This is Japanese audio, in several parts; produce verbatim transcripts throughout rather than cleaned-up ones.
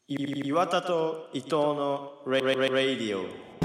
岩田と伊藤のレレレレディオ。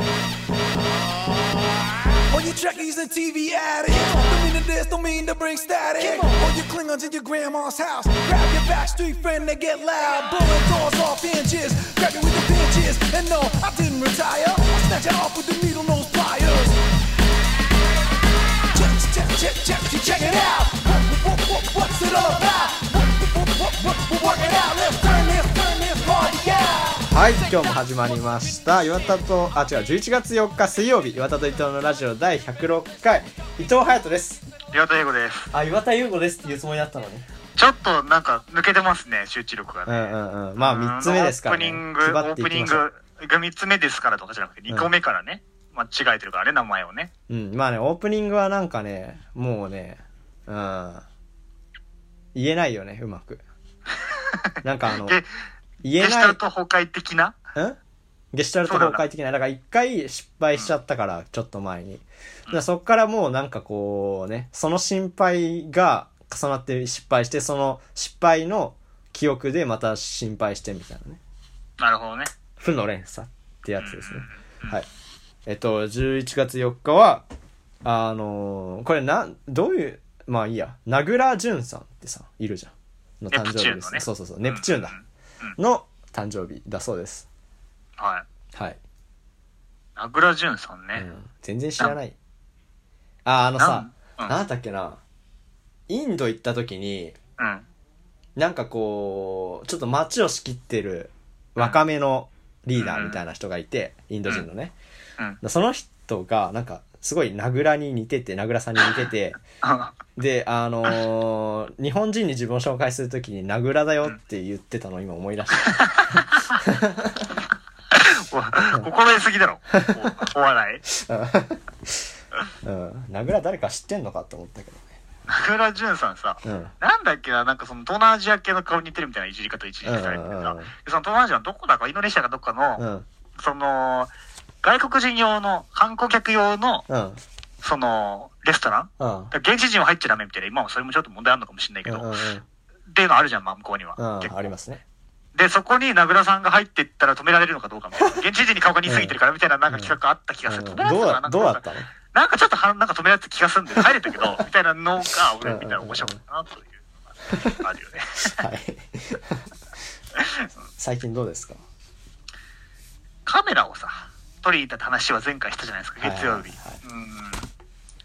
All you trekkies and T V addicts, don't mean to this, don't mean to bring static. All you Klingons in your grandma's house, grab your backstreet friend, they get loud. Blowing doors off hinges, grab you with the pinches. And no, I didn't retire, I snatch it off with the needle nose pliers. Check, check, check, check, check, check it out. What, what, what, what's it all about? What, what, what, what, what, work it out. Let's turn this, turn this party out. はい、今日も始まりました岩田とあ違うじゅういちがつよっか水曜日岩田と伊藤のラジオだいひゃくろっかい伊藤隼人です。 岩田優吾です。 あ、岩田優吾ですって言うつもりだったのね。 ちょっとなんか抜けてますね、集中力がね。 うんうんうん。まあみっつめですからね。 オープニングオープニングがみっつめですからとかじゃなくてにこめからね、うん、間違えてるからね、名前をね。 うん、まあね、オープニングはなんかね、もうね、うん、言えないよね、うまく。なんかあの言えない。ゲシュタルト崩壊的な？ ん？ゲシュタルト崩壊的な。だから一回失敗しちゃったから、うん、ちょっと前に。だからそっからもうなんかこうね、その心配が重なって失敗して、その失敗の記憶でまた心配してみたいなね。 なるほどね。 負の連鎖ってやつですね。はい。えっと、じゅういちがつよっかは、あのー、これな、どういう、まあいいや、名倉潤さんってさ、いるじゃん。の誕生日ですね。そうそうそう、ネプチューンだ。うん、の誕生日だそうです。 はい。 はい。 名倉潤さんね、 うん。全然知らない。あ、あのさ、な、うん、なんだっけな。インド行った時に、うん、なんかこう、ちょっと街を仕切ってる若めのリーダーみたいな人がいて、うん、インド人のね。うんうん、その人が、なんか、すごい名倉に似てて、名倉さんに似てて、で、あのー、日本人に自分を紹介するときに名倉だよって言ってたのを今思い出した。 心得すぎだろ。お笑い。 うん。名倉誰か知ってんのかって思ったけどね。 名倉潤さんさ、うん、なんだっけな、なんかその東南アジア系の顔に似てるみたいないじり方一時期されててさ、うんうんうん、その東南アジアのどこだかインドネシアかどっかの、うん、その、外国人用の、観光客用の、うん、その、レストラン、うん、現地人は入っちゃダメみたいな、今はそれもちょっと問題あるのかもしれないけど、うんうんうん、っていうのあるじゃん、まあ、向こうには、 うん。ありますね。 で、そこに名倉さんが入っていったら止められるのかどうかみたいな。現地人に顔が似すぎてるからみたいななんか企画があった気がする。 うんうん、どうだ、どうだったの？ なんかちょっとはなんか止められた気がするんで、入れたけど、みたいなのが、俺みたいな面白かったな、というのがあるよね。はい。 最近どうですか？ カメラをさ、取りに行った話は前回したじゃないですか、月曜日。うん。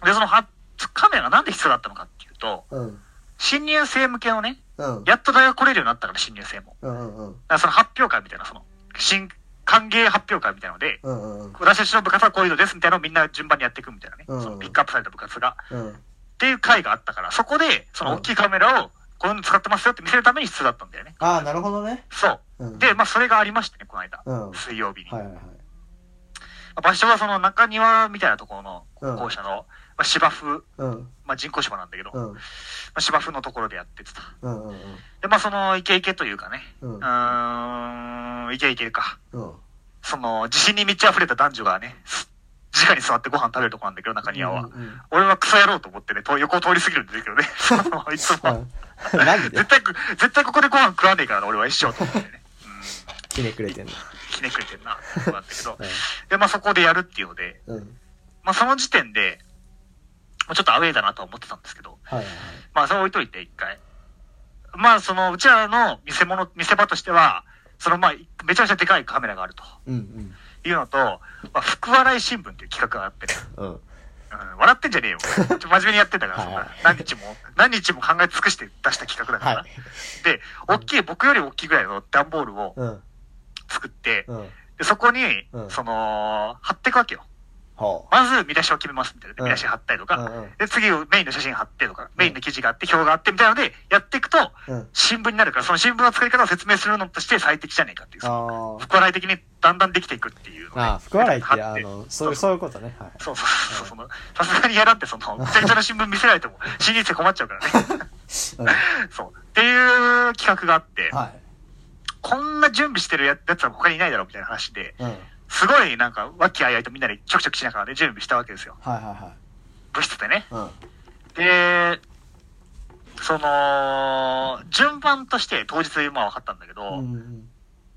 で、そのは、カメラがなんで必要だったのかっていうと、うん、新入生向けのね、うん、やっと大学来れるようになったから、新入生も。うんうんうん、だからその発表会みたいな、その、新、歓迎発表会みたいなので、うんうんうん、私たちの部活はこういうのですみたいなのをみんな順番にやっていくみたいなね、うんうん、そのピックアップされた部活が、うん。っていう会があったから、そこで、その大きいカメラを、こういうの使ってますよって見せるために必要だったんだよね。 ああ、なるほどね。 そう。うん、で、まあそれがありましたね、この間。うん、水曜日に。はいはいはい。場所はその中庭みたいなところの校舎の、うん、まあ、芝生、うん、まあ人工芝なんだけど、うん、まあ、芝生のところでやっててた。うんうんうん、で、まあそのイケイケというかね、うん、うーん、イケイケか。うん、その自信に満ち溢れた男女がね、直に座ってご飯食べるとこなんだけど、中庭は。うんうん、俺はクソ野郎と思ってね、横を通り過ぎるんですけどね。いつも。絶対、絶対ここでご飯食わねえからな、俺は一生と思ってね。 うん、ひねくれてんな。 ひねくれてんな、そうなんだけど。うん、で、まあそこでやるっていうので、うん、まあその時点で、ちょっとアウェイだなとは思ってたんですけど、はいはいはい、まあそれ置いといて一回。まあその、うちらの見せ物、見せ場としては、そのまあ、めちゃめちゃでかいカメラがあると。うんうん、いうのと、まあ、福笑い新聞っていう企画があってね。うんうん、笑ってんじゃねえよ。真面目にやってんだから、そんな。何日も、何日も考え尽くして出した企画だから。はい、で、大きい、僕より大きいぐらいの段ボールを作って、うん、でそこに、うん、その、貼っていくわけよ。まず見出しを決めますみたいな。見出し貼ったりとか、うん、で次メインの写真貼ってとか、メインの記事があって表があってみたいなのでやっていくと、うん、新聞になるから、その新聞の作り方を説明するのとして最適じゃねえかっていう、そ福笑い的にだんだんできていくっていうの、ね。 ああ、福笑いってあのそういうそういうことね。はい、 そうそうそう、そのさすがに嫌だってそのめちゃくちゃな新聞見せられても新入生困っちゃうからね。そうっていう企画があって、はい、こんな準備してるやつは他にいないだろうみたいな話で。うん、すごいなんか和気あいあいとみんなでちょくちょくしながらね準備したわけですよ。はいはいはい。部室でね。うん、で、その順番として当日まあ分かったんだけど、うんうん、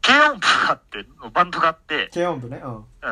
軽音部があって、バンドがあって、 軽音部ね、うん。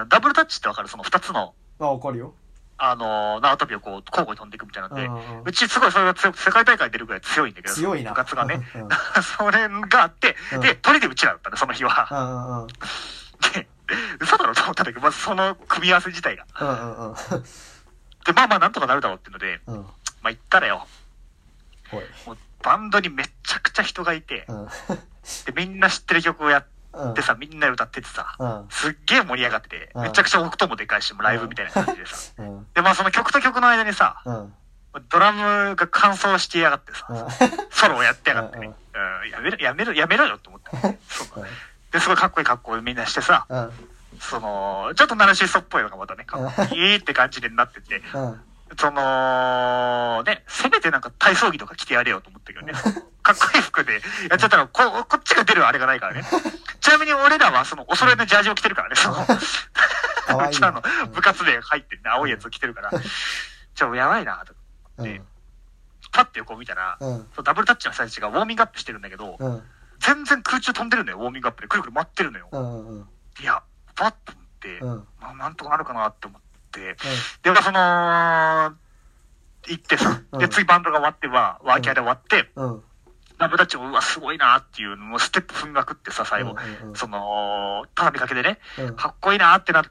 ダブルタッチってわかる？その二つの。 あ、わかるよ。 あの、縄跳びをこう、交互に飛んでいくみたいなんで、うんうん、うちすごいそれが強く、世界大会出るぐらい強いんだけど、 強いな。 部活がね。うんうん、それがあって、うん、で、鳥でうちらだったね、その日は。 うんうん、 で、嘘だろうと思ったんだけど、まずその組み合わせ自体が。 うんうんうん、 で、まあまあなんとかなるだろうっていうので、うん、まあ行ったらよ、もうバンドにめちゃくちゃ人がいて、うん、で、みんな知ってる曲をやって、でさ、みんな歌っててさ、うん、すっげえ盛り上がってて、うん、めちゃくちゃ音もでかいし、もうライブみたいな感じでさ。うん、で、まあその曲と曲の間にさ、うん、ドラムが乾燥してやがってさ、うん、ソロをやってやがってね、うん、やめろ、やめろ、やめろよって思って。そうで、すごいかっこいい格好をみんなしてさ、うん、その、ちょっとナルシストっぽいのがまたね、かっこいいって感じになってて、うん、その、ね、せめてなんか体操着とか着てやれよと思ったけどね、かっこいい服でやっちゃったら、こ、こっちが出るあれがないからね。ちなみに俺らはそのお揃いのジャージを着てるからね、その、うちらの部活で入ってるね、青いやつを着てるから、ちょ、やばいなと思って、パッて横を見たら、うん、ダブルタッチの人たちがウォーミングアップしてるんだけど、うん、全然空中飛んでるのよ、ウォーミングアップで。くるくる回ってるのよ。うんうん、いや、パッと思って、うん、まあ、なんとかなるかなって思って、うん、で、まあ、その、行ってさ、で、次バンドが終わっては、ワーキャーで終わって、うん、ダブルタッチも、うわ、すごいなっていうのをステップ踏みまくってさ、最後、うんうんうん、その、畳みかけでね、うん、かっこいいなってなって、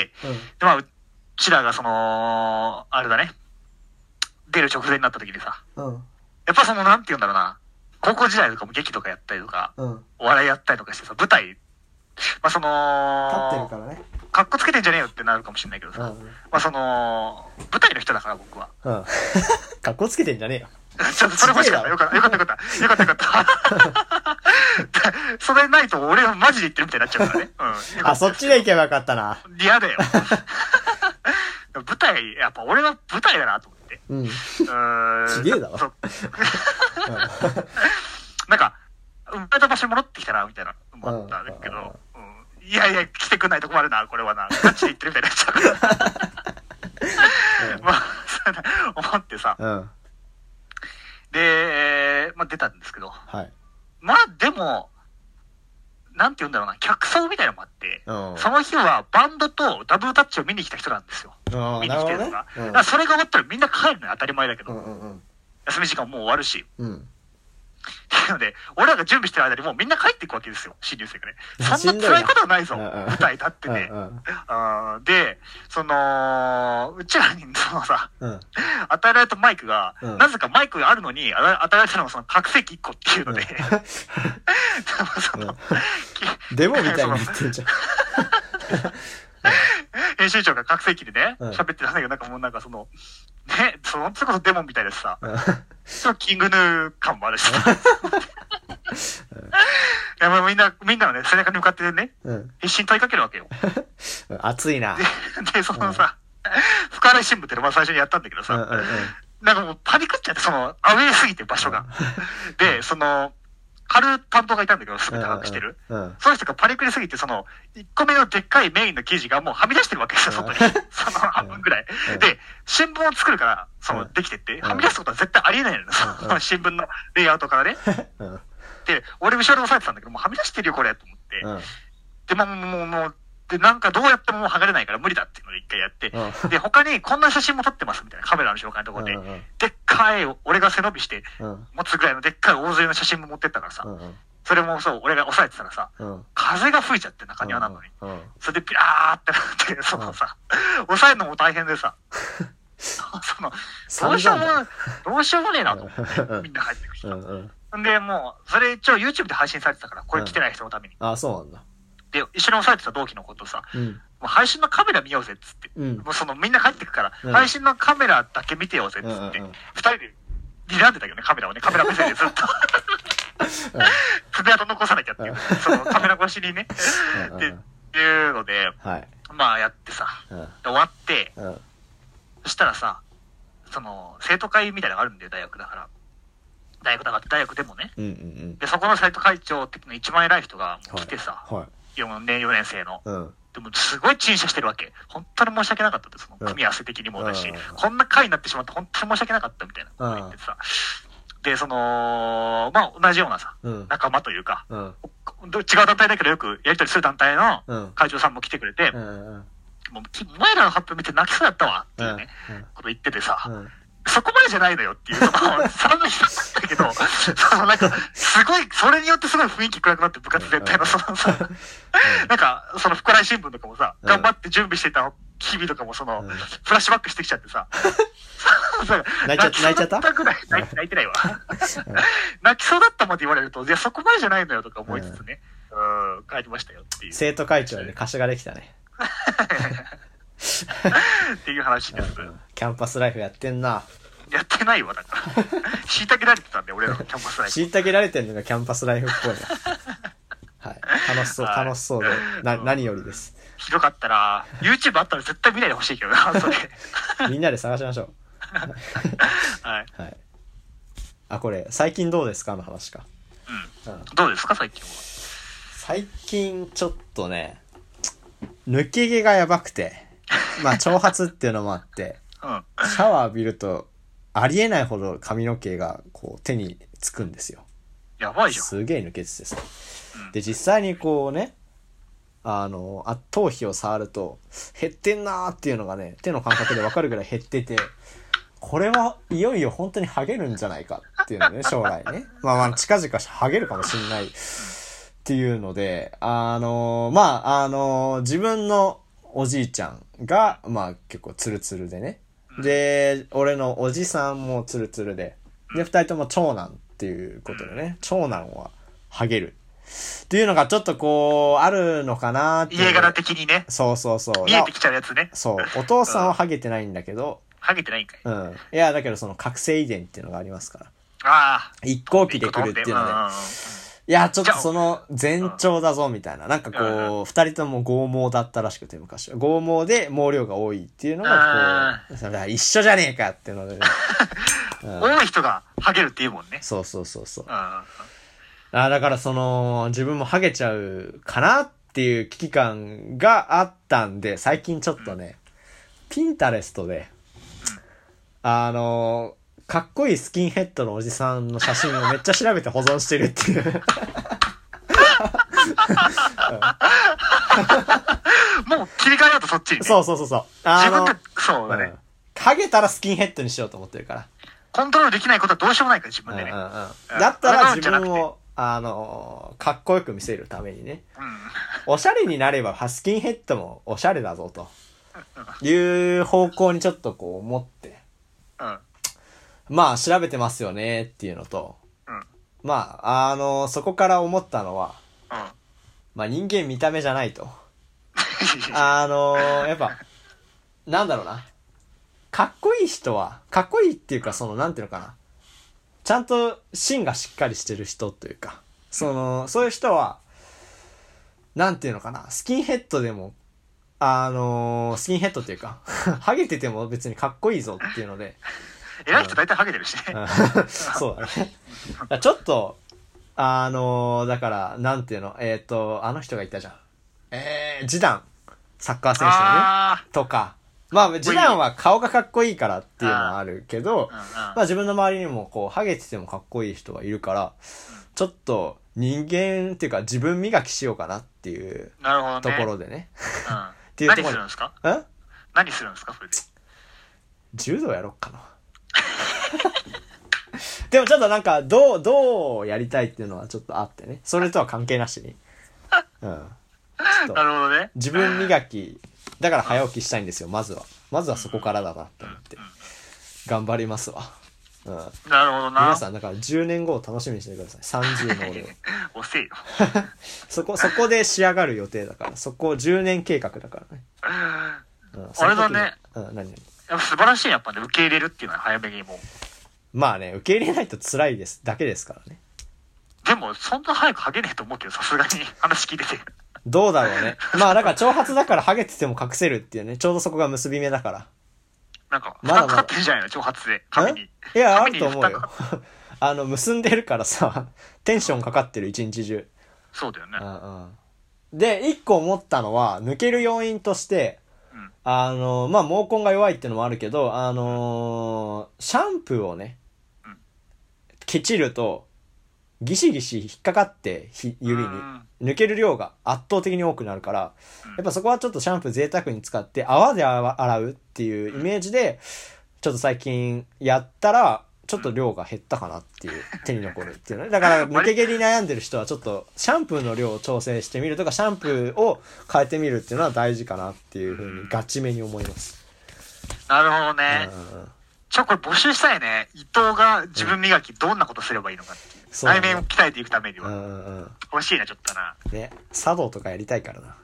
うん、で、まあ、うちらがその、あれだね、出る直前になった時にさ、うん、やっぱその、なんて言うんだろうな、高校時代とかも劇とかやったりとか、うん、お笑いやったりとかしてさ、舞台、まあその、 立ってるからね。 かっこつけてんじゃねえよってなるかもしれないけどさ、うん、まあその、舞台の人だから僕は。うん。 かっこつけてんじゃねえよ。 ちょっとそれ欲しかった。よかった、よかった、よかった。よかった、よかった。それないと俺はマジで言ってるみたいになっちゃうからね。うん。 あ、そっちで行けばよかったな。 嫌だよ。舞台、やっぱ俺は舞台だなと思って。うん。うーん。すげえだわ。 なんか、生まれた場所に戻ってきたな、みたいな思ったんだけど、うん、いやいや、来てくんないと困るな、これはな。ガチで言ってるみたいになっちゃうから。まあ、そうだ、思ってさ。うん、で、まあ出たんですけど。はい、まあでも、なんて言うんだろうな、客層みたいなのもあって、うん、その日はバンドとダブルタッチを見に来た人なんですよ。見に来てるのが。ねうん、だからそれが終わったらみんな帰るのは当たり前だけど、うんうんうん、休み時間もう終わるし。うんっていうので、俺らが準備してる間にもうみんな帰っていくわけですよ、新入生がね。そんな辛いことはないぞ、舞台立ってて。あで、その、うちらにそのさ、うん、与えられたマイクが、うん、なぜかマイクがあるのに、与えられたのがその拡声器いっこっていうので、うん、でもその、 うん、デモみたいになってんじゃん。 編集長が拡声器でね、喋、うん、ってたんだけど、なんかもうなんかその、ね、そのそこそデモみたいでさ、そのキングヌー感もあるしさ。いやみんな、みんなのね、背中に向かってね、うん、必死に問いかけるわけよ。 熱いな。 で、でそのさ、うん、深洗い新聞ってのを最初にやったんだけどさ、うんうんうん、なんかもうパニクっちゃって、その、アウェーすぎて場所が。で、その、カル担当がいたんだけど、すぐ高くしてる。うんうん、その人がパニクりすぎて、その、いっこめのでっかいメインの記事がもうはみ出してるわけですよ、外に。その半分ぐらい。うん、で、新聞を作るから、その、できてって、うん、はみ出すことは絶対ありえないのよ、その新聞のレイアウトからね。うん、で、俺後ろで押さえてたんだけど、もうはみ出してるよ、これ、と思って。うん、で、もう、もう、もう、で、なんかどうやってももう剥がれないから無理だっていうのを一回やって、うん、で、他にこんな写真も撮ってますみたいなカメラの紹介のところで、うんうん、でっかい、俺が背伸びして、持つぐらいのでっかい大勢の写真も持ってったからさ、うんうん、それもそう、俺が押さえてたらさ、うん、風が吹いちゃって中庭なのに、うんうん、それでピラーってなって、そのさ、うん、押さえるのも大変でさ、その、どうしようも、どうしようもねえなと思って、みんな入ってくる人。うんうん、で、もう、それ一応 YouTube で配信されてたから、これ来てない人のために。 うん、あ、そうなんだ。 で、一緒に押さえてた同期のことさ、うん、もう配信のカメラ見ようぜっつって、うん、もうそのみんな帰ってくから、うん、配信のカメラだけ見てようぜっつって、二、うんうん、人で睨んでたけどね、カメラをね、カメラ目線でずっと。爪痕残さなきゃっていう、そのカメラ越しにね。で、っていうので、はい、まあやってさ、うん、終わって、うん、そしたらさ、その、生徒会みたいなのがあるんだよ、大学だから。大学だからって大学でもね、うんうんうん、でそこの生徒会長的な一番偉い人が来てさ、はいはい、よねんよねん生の、うん、でもすごい陳謝してるわけ。本当に申し訳なかったって、その組み合わせ的にもだし、うん、こんな回になってしまって本当に申し訳なかったみたいなこと言ってさ、 で、その、まあ、同じようなさ、うん、仲間というか、うん、違う団体だけどよくやりとりする団体の会長さんも来てくれて、うんうんうん、もうお前らの発表見て泣きそうやったわっていうね、うんうん、こと言っててさ、うん、そこまでじゃないのよっていう、その、さんの人だったけど、そのなんか、すごい、それによってすごい雰囲気暗くなって部活全体のそのさ、なんか、その、福来新聞とかもさ、頑張って準備してた日々とかもその、フラッシュバックしてきちゃってさ、 泣いちゃった泣いちゃったぐらい泣いてないわ。泣きそうだったまで言われると、いや、そこまでじゃないのよとか思いつつね、うん、帰りましたよっていう。 生徒会長で貸しができたね。 っていう話です、うん。 キャンパスライフやってんな。 やってないわ、だから。虐げられてたんで、俺のキャンパスライフ。 虐げられてんのがキャンパスライフっぽいな。はい。楽しそう、楽しそうで、な、何よりです。 ひどかったら、YouTube あったら絶対見ないでほしいけどな、それ。 みんなで探しましょう。 はい。 はい。あ、これ、最近どうですかの話か。 うん。うん、どうですか、最近は。 最近、ちょっとね、抜け毛がやばくて、まあ、長髪っていうのもあって、うん、シャワー浴びると、ありえないほど髪の毛が、こう、手につくんですよ。 やばいじゃん。 すげえ抜けててさ。うん、で、実際にこうね、あの、あ、頭皮を触ると、減ってんなーっていうのがね、手の感覚でわかるぐらい減ってて、これはいよいよ本当にハゲるんじゃないかっていうのね、将来ね。まあまあ、近々ハゲるかもしれないっていうので、あの、まあ、あの、自分のおじいちゃんが、まあ結構ツルツルでね。で、俺のおじさんもツルツルで、で、二人とも長男っていうことでね、長男はハゲる。っていうのがちょっとこう、あるのかなっていう。 家柄的にね。 そうそうそう。 見えてきちゃうやつね。 そう。お父さんはハゲてないんだけど。 ハゲてないんかい。 うん。いや、だけどその覚醒遺伝っていうのがありますから。 ああ。 一向期で来るっていうので。いや、ちょっとその前兆だぞみたいな。なんかこう、二人とも剛毛だったらしくて昔は。剛毛で毛量が多いっていうのがこう、それ一緒じゃねえかっていうので、ね。 多い人がハゲるって言うもんね。 そうそうそうそう。あ、だからその、自分もハゲちゃうかなっていう危機感があったんで、最近ちょっとね、ピンタレストで、あの、かっこいいスキンヘッドのおじさんの写真をめっちゃ調べて保存してるっていう。 もう切り替えようとそっちに、ね。 そうそうそうそう。 あの、自分で、そうだね、うん。 ハゲたらスキンヘッドにしようと思ってるから。 コントロールできないことはどうしようもないから、自分でね。 うんうんうん、だったら自分を、あの、かっこよく見せるためにね。うん、おしゃれになれば、スキンヘッドもおしゃれだぞ、という方向にちょっとこう思って。うん、まあ、調べてますよね、っていうのと。うん、まあ、あの、そこから思ったのは、うん、まあ人間見た目じゃないと。あの、やっぱ、なんだろうな。かっこいい人は、かっこいいっていうか、その、なんていうのかな。ちゃんと芯がしっかりしてる人というか、その、そういう人は、なんていうのかな、スキンヘッドでも、あのー、スキンヘッドっていうか、ハゲてても別にかっこいいぞっていうので。 偉い人大体ハゲてるしね。 そうだね。ちょっと、あのー、だから、なんていうの、えっと、あの人が言ったじゃん。えー、ジダン、サッカー選手ね。とか。まあ、ジダンは顔がかっこいいからっていうのはあるけど、まあ自分の周りにもこう、ハゲててもかっこいい人がいるから、ちょっと人間っていうか自分磨きしようかなっていうところでね。 うん、っていうところ何するんですか？ ん？ 何するんですかそれで。 柔道やろっかな。でもちょっとなんか、どう、どうやりたいっていうのはちょっとあってね。それとは関係なしに。うん。 なるほどね。 自分磨き、だから早起きしたいんですよ、まずは。まずはそこからだなって思って。頑張りますわ。うん。 なるほどな。 皆さん、だからじゅうねんごを楽しみにしてください。さんじゅうの俺を。 遅いよ。 そこ、そこで仕上がる予定だから。そこじゅうねん計画だからね。 うん、あれだね。 うん、何々。 やっぱ素晴らしいやっぱね、受け入れるっていうのは早めにもう。 まあね、受け入れないと辛いです。だけですからね。 でも、そんな早くハゲねえと思うけど、さすがに話聞いてて。 どうだろうね。まあ、だから長髪だからハゲてても隠せるっていうね。ちょうどそこが結び目だから。 なんか、まだまだかかってるじゃないの、長髪で。髪に。 いや、あると思うよ。あの、結んでるからさ、テンションかかってる一日中。 そうだよね。 うんうん。で、一個思ったのは、抜ける要因として、うん、あの、まあ、毛根が弱いっていうのもあるけど、あのー、シャンプーをね、うん、化ケチるとギシギシ引っかかって指に抜ける量が圧倒的に多くなるから、やっぱそこはちょっとシャンプー贅沢に使って泡で洗うっていうイメージでちょっと最近やったらちょっと量が減ったかなっていう、手に残るっていうね。だから抜け毛に悩んでる人はちょっとシャンプーの量を調整してみるとか、シャンプーを変えてみるっていうのは大事かなっていうふうにガチめに思います。 なるほどね。ちょ、これ募集したいね。伊藤が自分磨きどんなことすればいいのかっていう。内面を鍛えていくためには。うんうん、欲しいな、ちょっとな。 ね。茶道とかやりたいからな。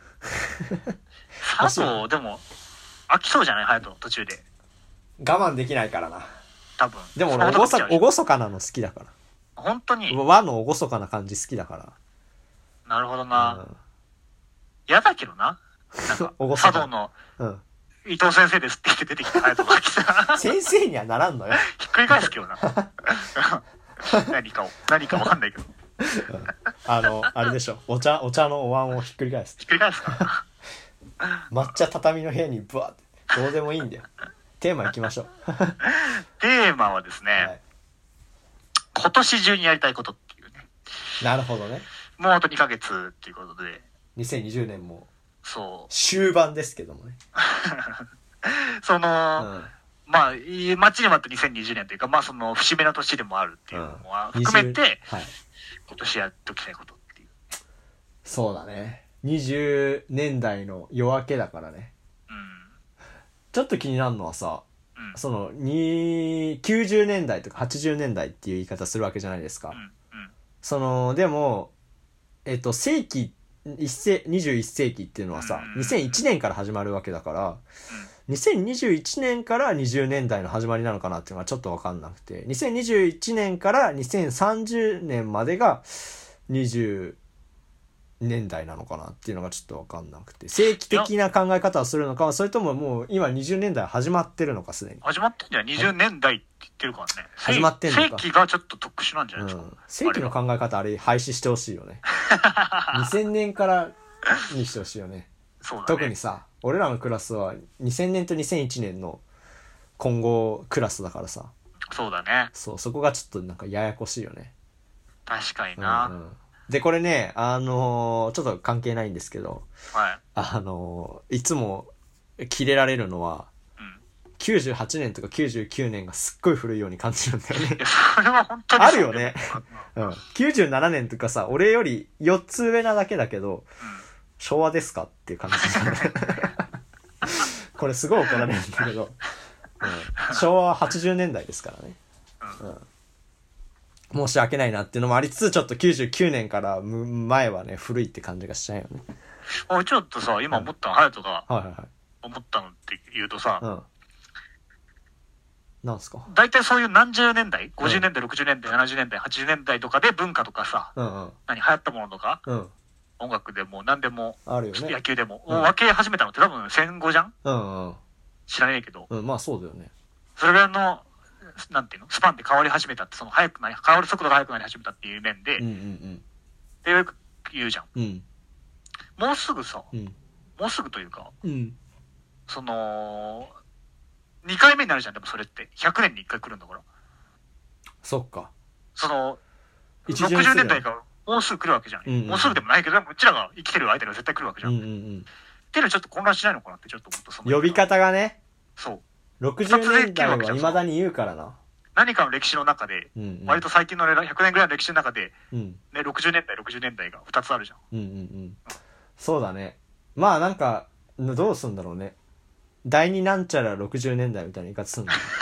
茶道、でも、飽きそうじゃない？隼人、途中で。 我慢できないからな。 多分。 でも俺、おごそ、おごそかなの好きだから。 本当に？ 和のおごそかな感じ好きだから。 なるほどな。嫌、うん、だけどな。なんか、茶道の、うん。伊藤先生ですって言って出てきた隼人が来た。 先生にはならんのよ。 ひっくり返すけどな。何かを、何かわかんないけど。 あの、あれでしょ。お茶、お茶のお椀をひっくり返す。 ひっくり返すか。 抹茶畳の部屋にブワーって。どうでもいいんだよ。テーマいきましょう。 テーマはですね、はい、今年中にやりたいことっていうね。 なるほどね。 もうあとにかげつっていうことで。 にせんにじゅうねんも。 そう。 終盤ですけどもね。 その、うんまあ、待ちに待ったにせんにじゅうねんというか、まあその節目の年でもあるっていうのは含めて、うんはい、今年やっておきたいことっていう。 そうだね。にじゅうねんだいの夜明けだからね。うん、ちょっと気になるのはさ、うん、そのにきゅうじゅうねんだいとかはちじゅうねんだいっていう言い方するわけじゃないですか。うんうん、そのでもえっと世紀一世にじゅういっせいきっていうのはさ、うん、にせんいちねんから始まるわけだから。うんにせんにじゅういちねんからにじゅうねんだいの始まりなのかなっていうのはちょっと分かんなくて、にせんにじゅういちねんからにせんさんじゅうねんまでがにじゅうねんだいなのかなっていうのがちょっと分かんなくて、正規的な考え方をするのか、それとももう今にじゅうねんだい始まってるのか、すでに始まってんじゃん。にじゅうねんだいって言ってるからね。 始まってんのか。 正規がちょっと特殊なんじゃないですか、うん、 正規の考え方あれ廃止してほしいよね。にせんねんからにしてほしいよね。そうだね。特にさ俺らのクラスはにせんねんとにせんいちねんの混合クラスだからさ。 そうだね。 そう、そこがちょっとなんかややこしいよね。 確かにな。 うんうん、でこれね、あのー、ちょっと関係ないんですけど、はい、あのー、いつもキレられるのは、うん、きゅうじゅうはちねんとかきゅうじゅうきゅうねんがすっごい古いように感じるんだよね。 いやそれは本当にあるよね。うん。きゅうじゅうななねんとかさ、俺よりよっつ上なだけだけど。うん昭和ですかっていう感じこれすごい怒られるんだけど、うん、昭和ははちじゅうねんだいですからね、うん、申し訳ないなっていうのもありつつ、ちょっときゅうじゅうきゅうねんから前はね古いって感じがしちゃうよね。 あちょっとさ今思ったの、隼人が思ったのって言うとさ、うん、 なんすか大体そういう何十年代ごじゅうねんだい、うん、ろくじゅうねんだいななじゅうねんだいはちじゅうねんだいとかで文化とかさ、うんうん、何流行ったものとか、うん音楽でも何でもあるよね。 野球でも、うん、分け始めたのって多分戦後じゃん、うんうん、知らねえけど、 うん、まあそうだよね。 それぐらいのなんていうのスパンで変わり始めたって、その速くなり変わる速度が速くなり始めたっていう面で、うんうんうん、ってよく言うじゃん、うん、もうすぐさ、うん、もうすぐというか、うん、そのにかいめになるじゃん。でもそれってひゃくねんにいっかい来るんだから。そっか。そのろくじゅうねんだいからもうすぐ来るわけじゃん、うんうん、もうすぐでもないけどうちらが生きてる間には絶対来るわけじゃん、うんうんうん、っていうのはちょっと混乱しないのかなってちょっと思った。その呼び方がね。 そうろくじゅうねんだいは未だに言うからな。 何かの歴史の中で、うんうん、割と最近のひゃくねんぐらいの歴史の中で、うんね、ろくじゅうねんだいろくじゅうねんだいがふたつあるじゃん、うんうんうんうん、 そうだね。まあなんかどうすんだろうね。第二なんちゃらろくじゅうねんだいみたいな言い方すんだよ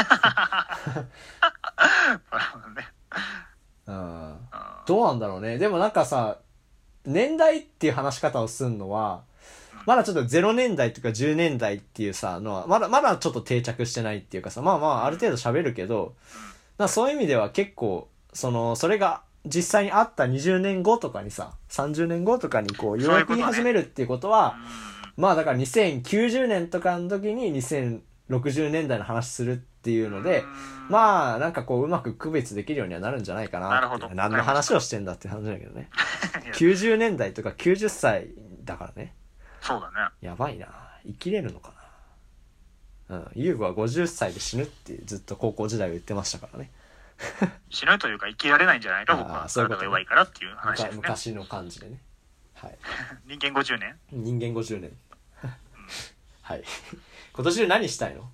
なるほどね。ああどうなんだろうね。でもなんかさ年代っていう話し方をするのはまだちょっとゼロねんだいとかじゅうねんだいっていうさのはまだまだちょっと定着してないっていうかさ、まあまあある程度喋るけど、なんかそういう意味では結構そのそれが実際にあったにじゅうねんごとかにささんじゅうねんごとかにこう言い始めるっていうことは、まあだからにせんきゅうじゅうねんとかの時ににせんろくじゅうねんだいの話するっていうので、まあなんかこううまく区別できるようにはなるんじゃないかなって。なるほど。何の話をしてんだって話だけどねきゅうじゅうねんだいとかきゅうじゅっさいだからね。 そうだね。 やばいな。生きれるのかな。うん。ユーゴはごじゅっさいで死ぬってずっと高校時代は言ってましたからね。 死ぬというか生きられないんじゃないか、僕は体が弱いからっていう話ですね。 昔の感じでね。はい。 人間ごじゅうねん人間ごじゅうねん。はい。今年で何したいの？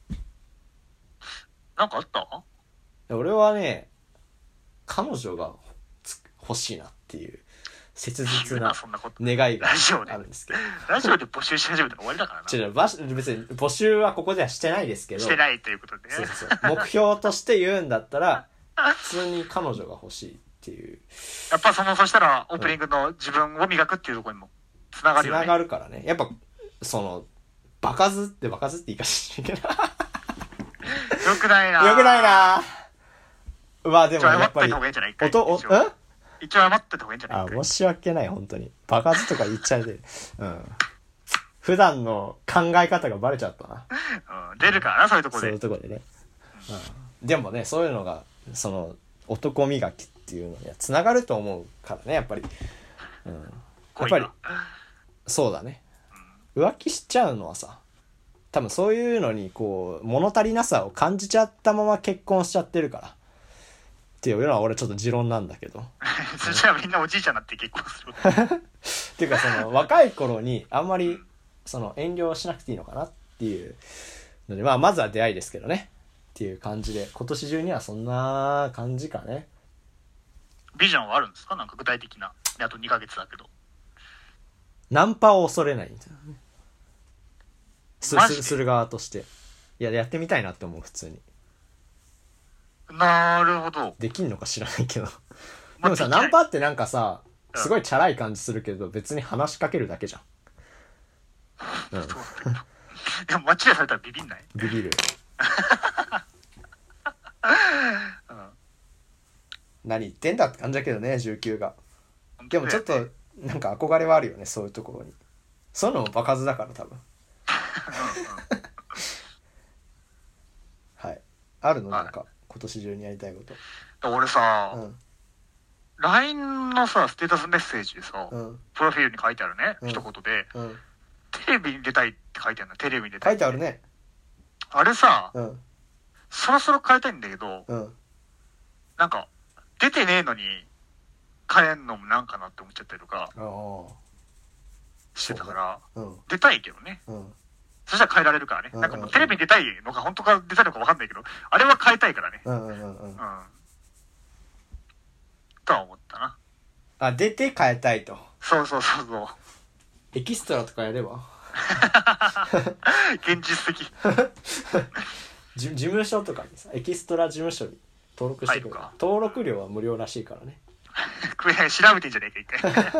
なんかあった？ 俺はね、彼女が欲しいなっていう切実な願いがあるんですけど。 ラジオで募集し始めたら終わりだからな。 違う、別に募集はここではしてないですけど。 してないということでね。 そうそうそう。目標として言うんだったら、普通に彼女が欲しいっていう。 やっぱその、そしたらオープニングの自分を磨くっていうところにもつながるよね。 つながるからね。やっぱ、その、場数って場数って言い方してるけど。よくないなよくないなまあでもやっぱり。 一応謝っといた方がいいんじゃないか。 音、ん一応謝っといた方がいいんじゃないか。 あ、申し訳ない、本当に。場数とか言っちゃうで。うん。普段の考え方がバレちゃったな。 うん、出るからな、そういうところで。 そういうところでね。うん。でもね、そういうのが、その、男磨きっていうのにはつながると思うからね、やっぱり。うん。やっぱり、そうだね。浮気しちゃうのはさ、多分そういうのにこう物足りなさを感じちゃったまま結婚しちゃってるからっていうのは俺ちょっと持論なんだけど。 そしたらみんなおじいちゃんになって結婚する。 っていうかその若い頃にあんまりその遠慮しなくていいのかなっていうので、まあまずは出会いですけどねっていう感じで、今年中にはそんな感じかね。 ビジョンはあるんですか？なんか具体的な。あとにかげつだけど。 ナンパを恐れないみたいなね。す, す, する側としていややってみたいなって思う。普通に。 なるほど。 できんのか知らないけどでもさ、ナンパってなんかさすごいチャラい感じするけど、別に話しかけるだけじゃん。 うん、でも間違いされたらビビんない？ ビビる、うん、何言ってんだって感じだけどね、じゅうきゅうが。でもちょっとなんか憧れはあるよね、そういうところに。そういうのも場数だから多分はい。あるの？なんか今年中にやりたいこと。 俺さ、うん、ライン のさステータスメッセージでさ、うん、プロフィールに書いてあるね、うん、一言で、うん、テレビに出たいって書いてあるの。テレビに出たい書いてあるね。 あれさ、うん、そろそろ変えたいんだけど、うん、なんか出てねえのに変えんのもなんかなって思っちゃったりとかしてたから、うん、出たいけどね、うん、そしたら変えられるからね、うんうんうん、なんかもうテレビに出たいのか本当か出たいのか分かんないけど、あれは変えたいからね、うんうんうんうん、とは思ったな。 あ、出て変えたいと。 そうそうそうそう。 エキストラとかやれば現実的事務所とかにさ、エキストラ事務所に登録してくる。登録料は無料らしいからね調べてんじゃねえか一回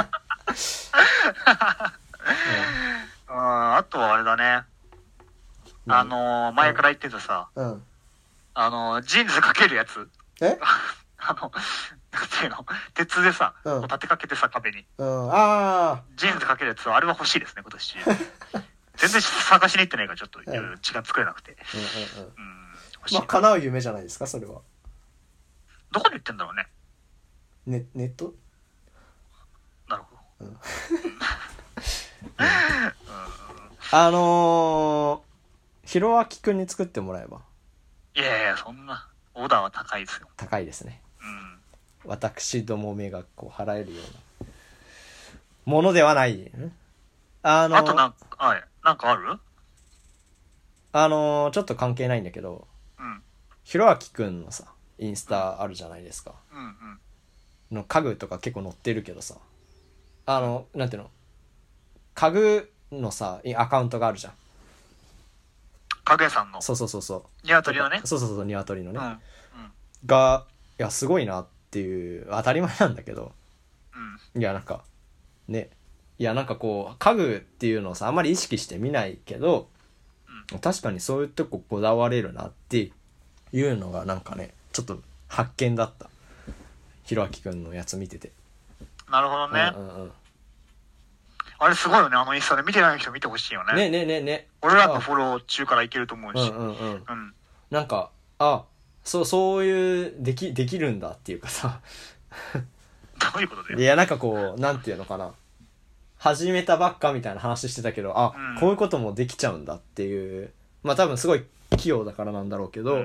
うん、あとはあれだね、うん、あのー、前から言ってたさ、うん、あのー、ジーンズかけるやつ。 えあの、なんていうの、鉄でさ、うん、立てかけてさ、壁に。 うん、あジーンズかけるやつは、あれは欲しいですね、今年。全然探しに行ってないから、ちょっと、時間作れなくて。うんうんうん。うん、 欲しい。まあ、叶う夢じゃないですか、それは。 どこに売ってんだろうね。 ね、ネット？ なるほど。うん、 あのー、ひろあきくんに作ってもらえば。 いやいや、そんな、オーダーは高いですよ。 高いですね。うん。私どもめがこう払えるようなものではない。あのー、 あとなんか、はい、なんかある？ あのー、ちょっと関係ないんだけど、うん。ひろあきくんのさ、インスタあるじゃないですか。うんうん。の家具とか結構載ってるけどさ、あの、なんていうの、家具のさ、アカウントがあるじゃん。 家具屋さんの。 そうそうそうそう。 鶏のね。 そうそうそう、鶏のね。うんうん、が、いや、すごいなっていう、当たり前なんだけど、うん、いや、なんか、ね、いや、なんかこう、家具っていうのをさ、あんまり意識して見ないけど、うん、確かにそういうとここだわれるなっていうのが、なんかね、ちょっと発見だった。ひろあきくんのやつ見てて。 なるほどね。うんうんうん、あれすごいよね、あのインスタで見てない人見てほしいよね。 ねねねね。 俺らのフォロー中からいけると思うし。うんうんうん。うん、 なんか、あ、そう、そういう、でき、できるんだっていうかさ。 どういうことだよ。 いや、なんかこう、なんていうのかな。始めたばっかみたいな話してたけど、あ、うん、こういうこともできちゃうんだっていう。まあ多分すごい器用だからなんだろうけど、うんうんうん、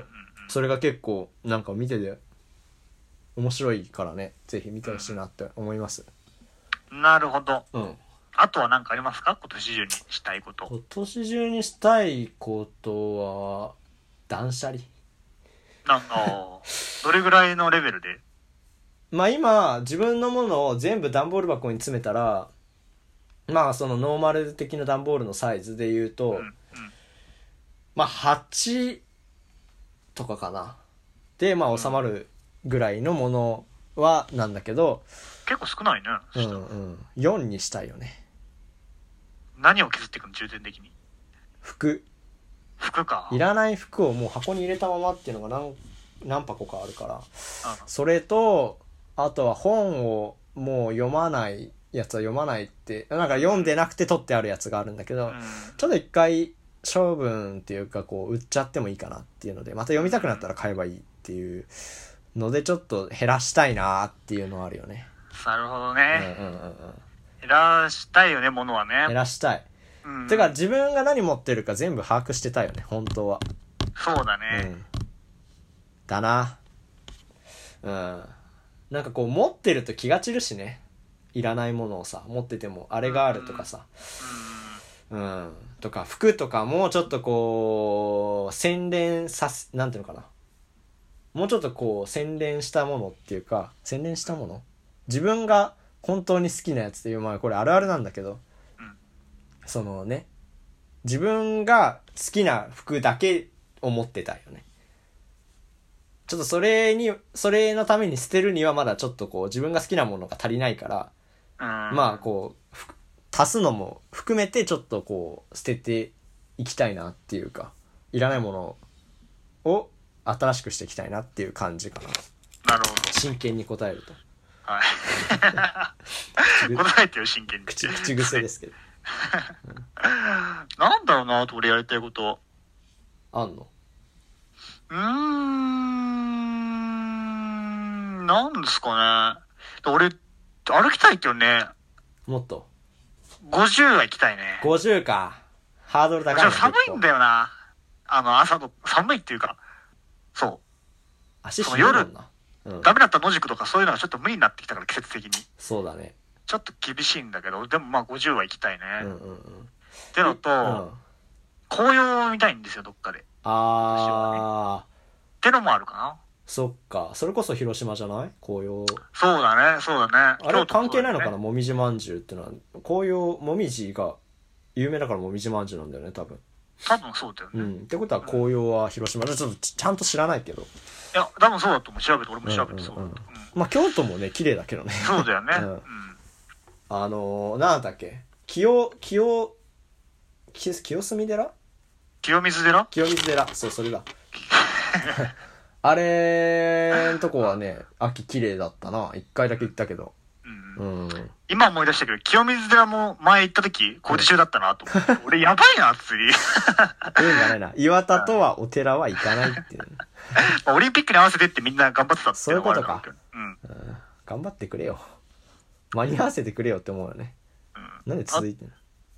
それが結構なんか見てて面白いからね、ぜひ見てほしいなって思います。 うん、なるほど。 うん。 あとは何かありますか？今年中にしたいこと。 今年中にしたいことは断捨離。 なんかどれぐらいのレベルで？ まあ今自分のものを全部段ボール箱に詰めたら、まあそのノーマル的な段ボールのサイズで言うと、うんうん、まあはちとかかなでまあ収まるぐらいのものはなんだけど、 結構少ないね。 うんうん、よんにしたいよね。 何を削っていくの？重点的に服。 服か。 いらない服をもう箱に入れたままっていうのが 何, 何箱かあるから、それとあとは本をもう読まないやつは読まないって、なんか読んでなくて取ってあるやつがあるんだけど、うん、ちょっと一回処分っていうかこう売っちゃってもいいかなっていうので、また読みたくなったら買えばいいっていうのでちょっと減らしたいなっていうのはあるよね。 なるほどね、うんうんうんうん、減らしたいよね、物はね。 減らしたい、うん、てか自分が何持ってるか全部把握してたいよね本当は。 そうだね、うん、 だな。うんなんかこう持ってると気が散るしね、いらないものをさ持っててもあれがあるとかさ、うん、うん、とか服とかもちょっとこう洗練さすなんていうのかな、もうちょっとこう洗練したものっていうか、洗練したもの、自分が本当に好きなやつっていう、まあこれあるあるなんだけど、うん、そのね自分が好きな服だけを持ってたいよね。ちょっとそれにそれのために捨てるにはまだちょっとこう自分が好きなものが足りないから、うん、まあこう足すのも含めてちょっとこう捨てていきたいなっていうか、いらないものを新しくしていきたいなっていう感じかな。 なるほど。 真剣に答えると。 はい。答えてよ真剣に。 口口癖ですけど。 うん、なんだろうな、俺やりたいこと。 あんの？ うーん、なんですかね。俺歩きたいけどね。もっと。ごじゅうは行きたいね。 ごじゅうか。ハードル高いな。 寒いんだよな。あの朝の寒いっていうか。そう。 足しんどいもんな。 うん、ダメだった野宿とかそういうのがちょっと無理になってきたから季節的に。 そうだね。 ちょっと厳しいんだけど、でもまあごじゅうは行きたいね。 うんうんうん。 ってのと、うん、紅葉を見たいんですよどっかで。 あー。 ってのもあるかな。 そっか。それこそ広島じゃない？紅葉。 そうだね、そうだね。 あれ関係ないのかな、もみじまんじゅうってのは。紅葉、もみじが有名だからもみじまんじゅうなんだよね、多分。 多分そうだよね。 うん。ってことは紅葉は広島で、ちょっとちゃんと知らないけど。 いや、多分そうだと思う。調べて、俺も調べてそうだと、うんうんうん。 まあ京都もね、綺麗だけどね。 そうだよね。うん。うん、 あのー、なんだっけ、清、清、清、清澄寺？ 清水寺？ 清水寺。そう、それだ。あれんとこはね、秋綺麗だったな。一回だけ行ったけど。うん。うん、 今思い出したけど、清水寺も前行った時、工事中だったなと思って。俺やばいな、釣り。 いいんじゃないな。岩田とはお寺は行かないっていう。 オリンピックに合わせてってみんな頑張ってたってそういうことか。 うん。 うん、頑張ってくれよ。間に合わせてくれよって思うよね。うん、なんで続いてんの？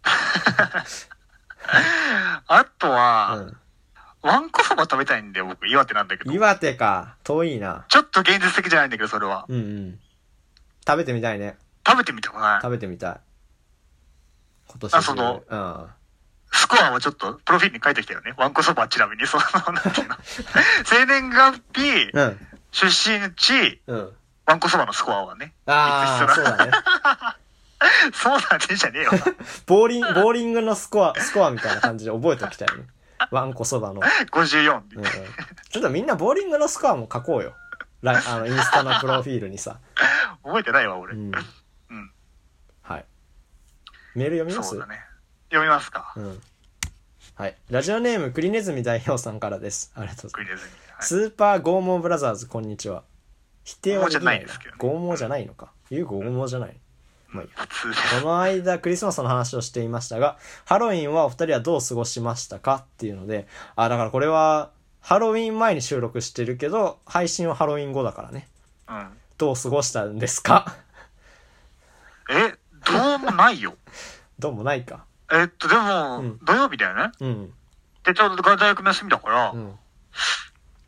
あとは、うん、わんこそば食べたいんだよ、僕。岩手なんだけど。 岩手か。遠いな。 ちょっと現実的じゃないんだけど、それは。 うんうん。食べてみたいね。 食べてみたくない？ 食べてみたい。今年。 あ、その、うん。スコアもちょっと、プロフィールに書いてきたよね。わんこそばちなみに、その、なんていうの。生年月日、うん、出身地、うん、わんこそばのスコアはね。 ああ、そうだね。 そうだね、じゃねえよ。 ボーリング、ボーリングのスコア、スコアみたいな感じで覚えておきたいね。わんこそばの。 ごじゅうよん、うん。 ちょっとみんなボーリングのスコアも書こうよ。あの、インスタのプロフィールにさ。 覚えてないわ、俺。うん。 うん、はい。メール読みます？ そうだね。読みますか。 うん。はい。ラジオネーム、クリネズミ代表さんからです。ありがとうございます。クリネズミ。はい、スーパーゴーモーブラザーズ、こんにちは。否定はできない。ゴーモーじゃないですけどね。ゴーモーじゃないのか。言うゴーモーじゃない。まあいいや。この間クリスマスの話をしていましたが、ハロウィンはお二人はどう過ごしましたかっていうので、あ、だからこれはハロウィン前に収録してるけど配信はハロウィン後だからね。うん。どう過ごしたんですか？ え、どうもないよ。 どうもないか。 えっとでも、うん、土曜日だよね。うん。でちょうど大学の休みだから、うん、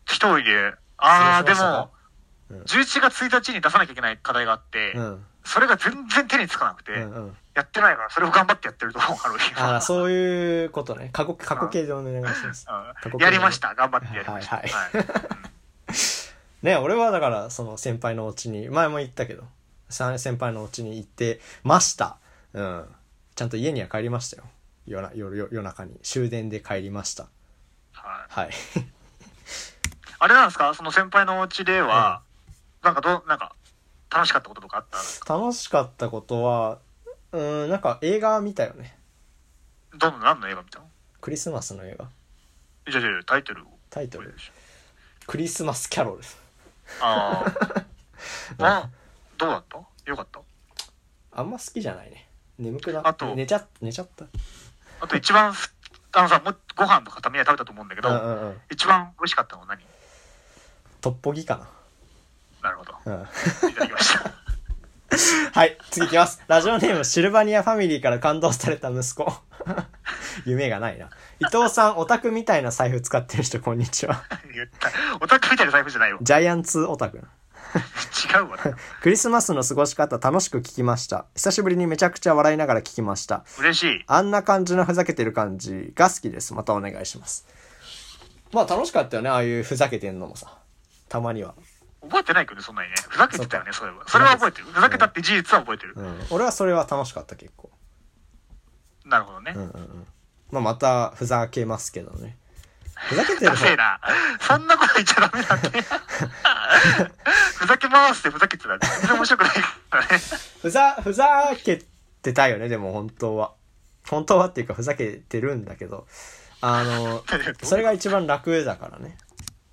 一人で、ああ、でも、うん、じゅういちがつついたちに出さなきゃいけない課題があって、うん、それが全然手につかなくて、うんうん、やってないから、それを頑張ってやってるところがあるわけ。 ああ、そういうことね。過去、過去形でお願いします。 うん、やりました。頑張ってやりました。はい、はい。はいね、俺はだから、その先輩のお家に、前も言ったけど、先輩のお家に行ってました。うん。ちゃんと家には帰りましたよ。夜な、夜、夜中に。終電で帰りました。 はい。 はい。 あれなんですか、その先輩のお家では、うん、なんかどう、なんか、楽しかったこととかあったんですか？ 楽しかったことは、うーん、なんか映画見たよね。 どんな、何の映画見たの？ クリスマスの映画。 じゃじゃタイトルタイトルクリスマスキャロル。 ああ。あ、どうだった？よかった？ あんま好きじゃないね。眠くなあと寝ちゃ寝ちゃった。 あと一番あのさ、もご飯とかみんな食べたと思うんだけど、うんうんうん、一番美味しかったのは何？ トッポギかな。 なるほど。 うん、 いただきました。 はい、次いきます。ラジオネームシルバニアファミリーから感動された息子。夢がないな。伊藤さん、オタクみたいな財布使ってる人こんにちは。 言った。オタクみたいな財布じゃないよ。 ジャイアンツオタク。 違うわ。 クリスマスの過ごし方楽しく聞きました。久しぶりにめちゃくちゃ笑いながら聞きました。 嬉しい。 あんな感じのふざけてる感じが好きです。またお願いします。まあ楽しかったよね、ああいうふざけてんのもさ。たまには。 覚えてないけどね、そんなにね。ふざけてたよね、それは。それは覚えてる。ふざけたって事実は覚えてる。 うんうん、俺はそれは楽しかった結構。 なるほどね。 うんうんうん。まあまたふざけますけどね。ふざけてる方。な。そんなこと言っちゃダメなんで。ふざけますってふざけてたら全然面白くないからね。 ふざ、ふざけてたよね、でも本当は。本当はっていうかふざけてるんだけど。あの、それが一番楽だからね。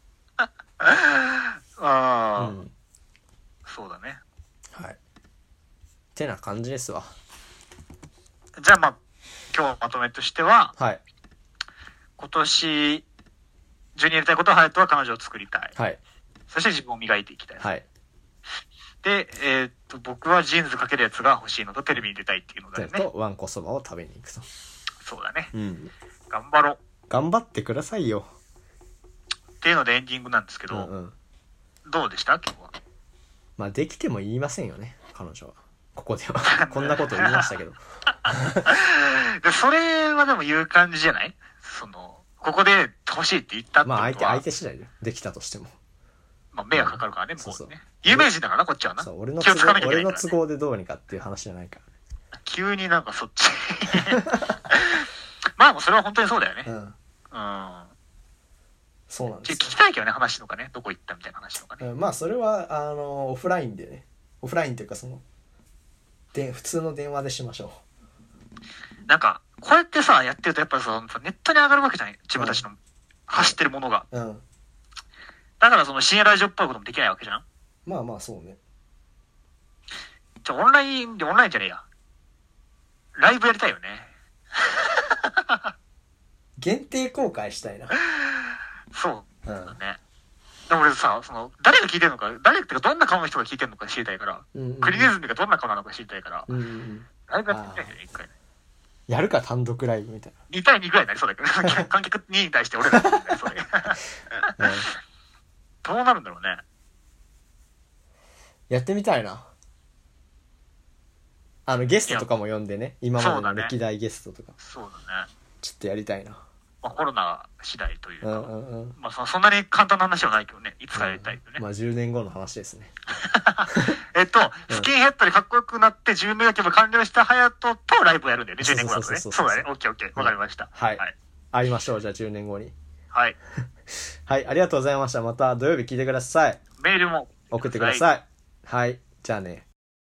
ああ、うん、そうだね。 はい。ってな感じですわ。 じゃあまあ、今日まとめとしては、 はい。 今年中にやりたいことは、隼人は彼女を作りたい。 はい。 そして自分を磨いていきたい。 はい。 で、えー、っと、僕はジーンズかけるやつが欲しいのとテレビに出たいっていうのだよね。 と、ワンコそばを食べに行くと。 そうだね。 うん。 頑張ろう。 頑張ってくださいよ。 っていうのでエンディングなんですけど、うんうん、どうでした今日は？ まあできても言いませんよね、彼女は。ここではこんなこと言いましたけど。 でそれはでも言う感じじゃない？そのここで欲しいって言ったってことは。 まあ相手相手次第でできたとしても。 まあ迷惑かかるからね、うん、向こうにね。有名人だからなこっちはな。 そう俺の都合、ね、俺の都合でどうにかっていう話じゃないから、 ね。急になんかそっち。まあもうそれは本当にそうだよね。うん。うんそうなんですよ。 聞きたいけどね、話とかね、どこ行ったみたいな話とかね。 うん、まあそれはあのオフラインでね、オフラインというかそので普通の電話でしましょう。なんかこうやってさやってるとやっぱりさネットに上がるわけじゃない、自分たちの走ってるものが。うん。うん、だからその深夜ラジオっぽいこともできないわけじゃん。 まあまあそうね。 じゃあオンラインでオンラインじゃねえや。ライブやりたいよね。 限定公開したいな。 そうだね。うん、でも俺さ、その誰が聞いてるのか、誰ってかどんな顔の人が聞いてるのか知りたいから、うんうんうん、クリネズミがどんな顔なのか知りたいから、うんうん、ライブやってみたいね一回ね。 やるか単独ライブみたいな。 に対にぐらいになりそうだけど、観客にに対して俺らがそれ、うん。どうなるんだろうね。 やってみたいな。あのゲストとかも呼んでね、今までの歴代ゲストとか。 そうだね。 ちょっとやりたいな。 まあ、コロナ次第というか、 うんうんうん、 まあそ、そんなに簡単な話はないけどね、いつかやりたいよね、 うん、まあじゅうねんごの話ですね。 えっと、うん、スキンヘッドでかっこよくなってじゅうめいがけば完了した隼人とライブをやるんだよね、じゅうねんごだとね。そうだね、オッケーオッケー、わかりました。 はい、はい、会いましょう、じゃあじゅうねんごに。 はいはい、ありがとうございました。また土曜日聞いてください。 メールも送ってください。はい、じゃあね。